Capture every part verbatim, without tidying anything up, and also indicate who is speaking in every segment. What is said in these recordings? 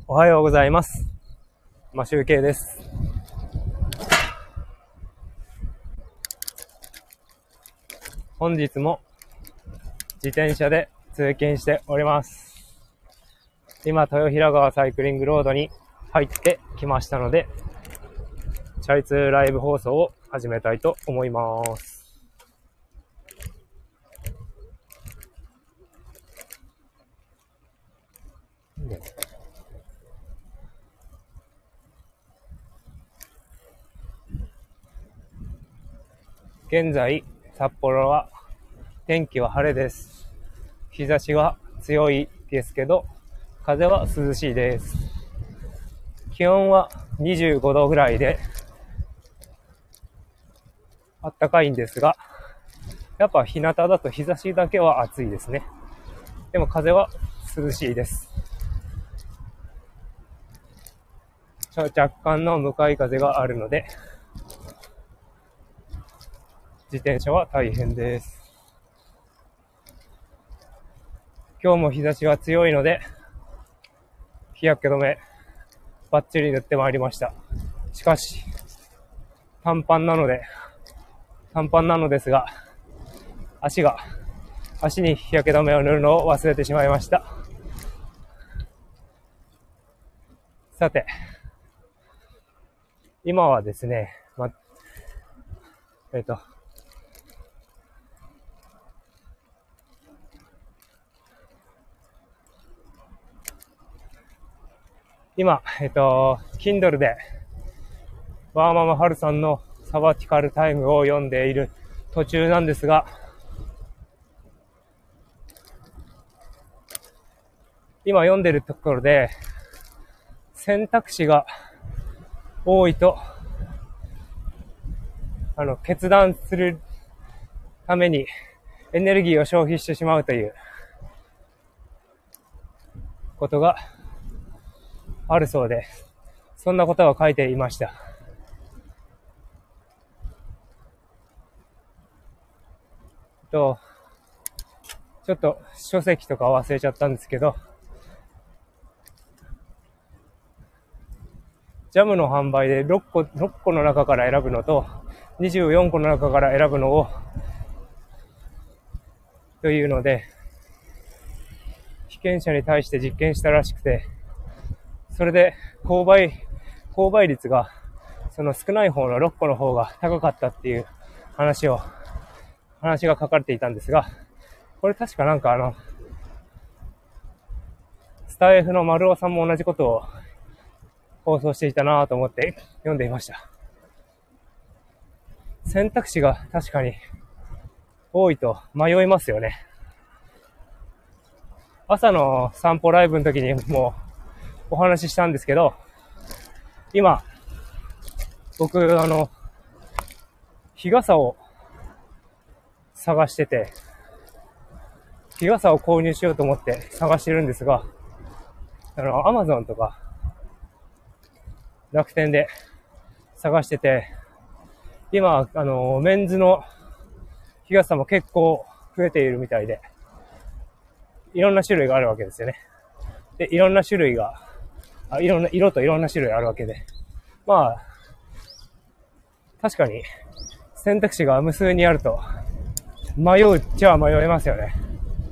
Speaker 1: おはようございます。マシュウケイです。本日も自転車で通勤しております。今、豊平川サイクリングロードに入ってきましたので、チャイツーライブ放送を始めたいと思います。現在、札幌は天気は晴れです。日差しは強いですけど、風は涼しいです。気温はにじゅうごどぐらいで、あったかいんですが、やっぱ日向だと日差しだけは暑いですね。でも風は涼しいです。若干の向かい風があるので、自転車は大変です。今日も日差しは強いので、日焼け止めバッチリ塗ってまいりました。しかし、短パンなので、短パンなのですが、足が、足に日焼け止めを塗るのを忘れてしまいました。さて、今はですね、ま、えっと、今、えっと、Kindle で、ワーママハルさんのサバティカルタイムを読んでいる途中なんですが、今読んでるところで、選択肢が多いと、あの、決断するためにエネルギーを消費してしまうということがあるそうで、そんなことが書いていました。と、ちょっと書籍とか忘れちゃったんですけど、ジャムの販売でろっこ、ろっこの中から選ぶのと、にじゅうよんこの中から選ぶのを、というので、被験者に対して実験したらしくて、それで購買、購買率が、その少ない方のろっこの方が高かったっていう話を、話が書かれていたんですが、これ確かなんかあの、スタイフの丸尾さんも同じことを放送していたなぁと思って読んでいました。選択肢が確かに多いと迷いますよね。朝の散歩ライブの時にもお話ししたんですけど、今、僕、あの、日傘を探してて、日傘を購入しようと思って探してるんですが、あの、アマゾンとか、楽天で探してて、今、あの、メンズの日傘も結構増えているみたいで、いろんな種類があるわけですよね。で、いろんな種類が、あいろんな色といろんな種類あるわけで、まあ、確かに選択肢が無数にあると、迷うっちゃ迷えますよね。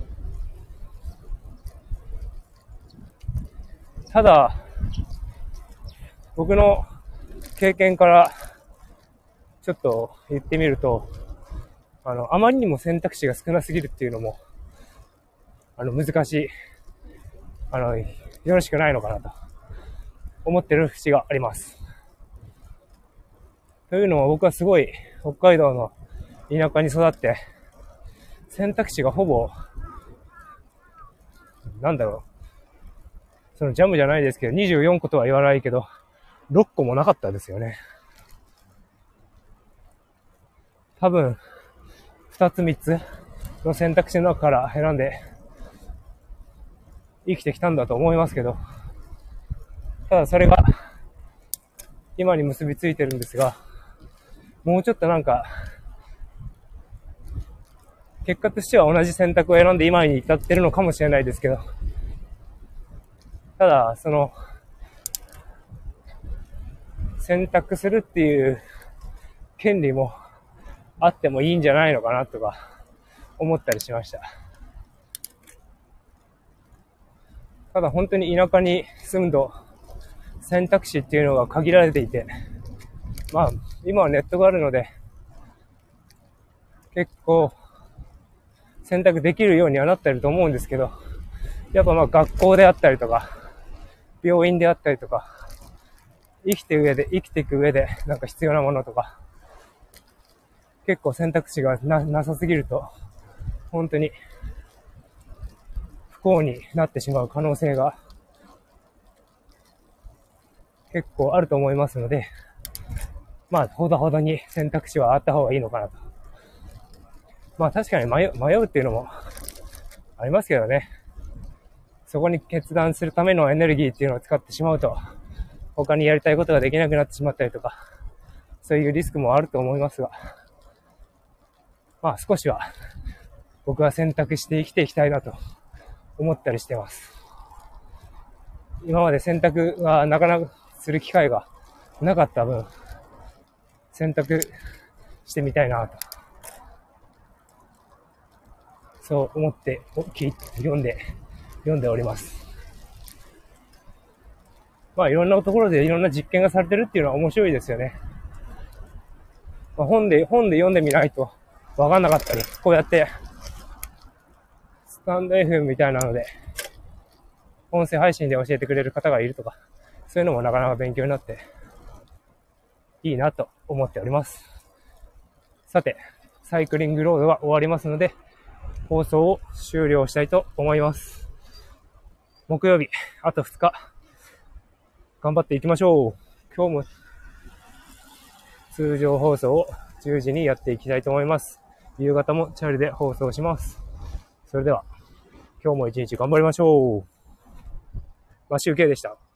Speaker 1: ただ、僕の経験からちょっと言ってみると、あの、あまりにも選択肢が少なすぎるっていうのも、あの、難しい、あの、よろしくないのかなと思ってる節があります。というのも僕はすごい北海道の田舎に育って、選択肢がほぼ、なんだろう、そのジャムじゃないですけど、にじゅうよんことは言わないけど、ろっこもなかったですよね。多分、ふたつみっつの選択肢の中から選んで生きてきたんだと思いますけど、ただそれが今に結びついてるんですが、もうちょっとなんか、結果としては同じ選択を選んで今に至ってるのかもしれないですけど、ただ、その、 選択するっていう権利もあってもいいんじゃないのかなとか思ったりしました。ただ本当に田舎に住むと選択肢っていうのが限られていて、まあ今はネットがあるので結構選択できるようにはなってると思うんですけど、やっぱまあ学校であったりとか病院であったりとか生きて上で生きていく上でなんか必要なものとか結構選択肢が な, なさすぎると本当に不幸になってしまう可能性が結構あると思いますので、まあほどほどに選択肢はあった方がいいのかなと。まあ確かに迷う、迷うっていうのもありますけどね。そこに決断するためのエネルギーっていうのを使ってしまうと他にやりたいことができなくなってしまったりとか、そういうリスクもあると思いますが、まあ少しは僕は選択して生きていきたいなと思ったりしてます。今まで選択がなかなかする機会がなかった分、選択してみたいなと、そう思って読んで読んでおります。まあいろんなところでいろんな実験がされてるっていうのは面白いですよね。まあ、本で本で読んでみないとわかんなかったり、こうやってスタンド エフエム みたいなので音声配信で教えてくれる方がいるとか、そういうのもなかなか勉強になっていいなと思っております。さて、サイクリングロードは終わりますので放送を終了したいと思います。木曜日あとふつか頑張っていきましょう。今日も通常放送をじゅうじにやっていきたいと思います。夕方もチャリで放送します。それでは今日も一日頑張りましょう。マシュウケイでした。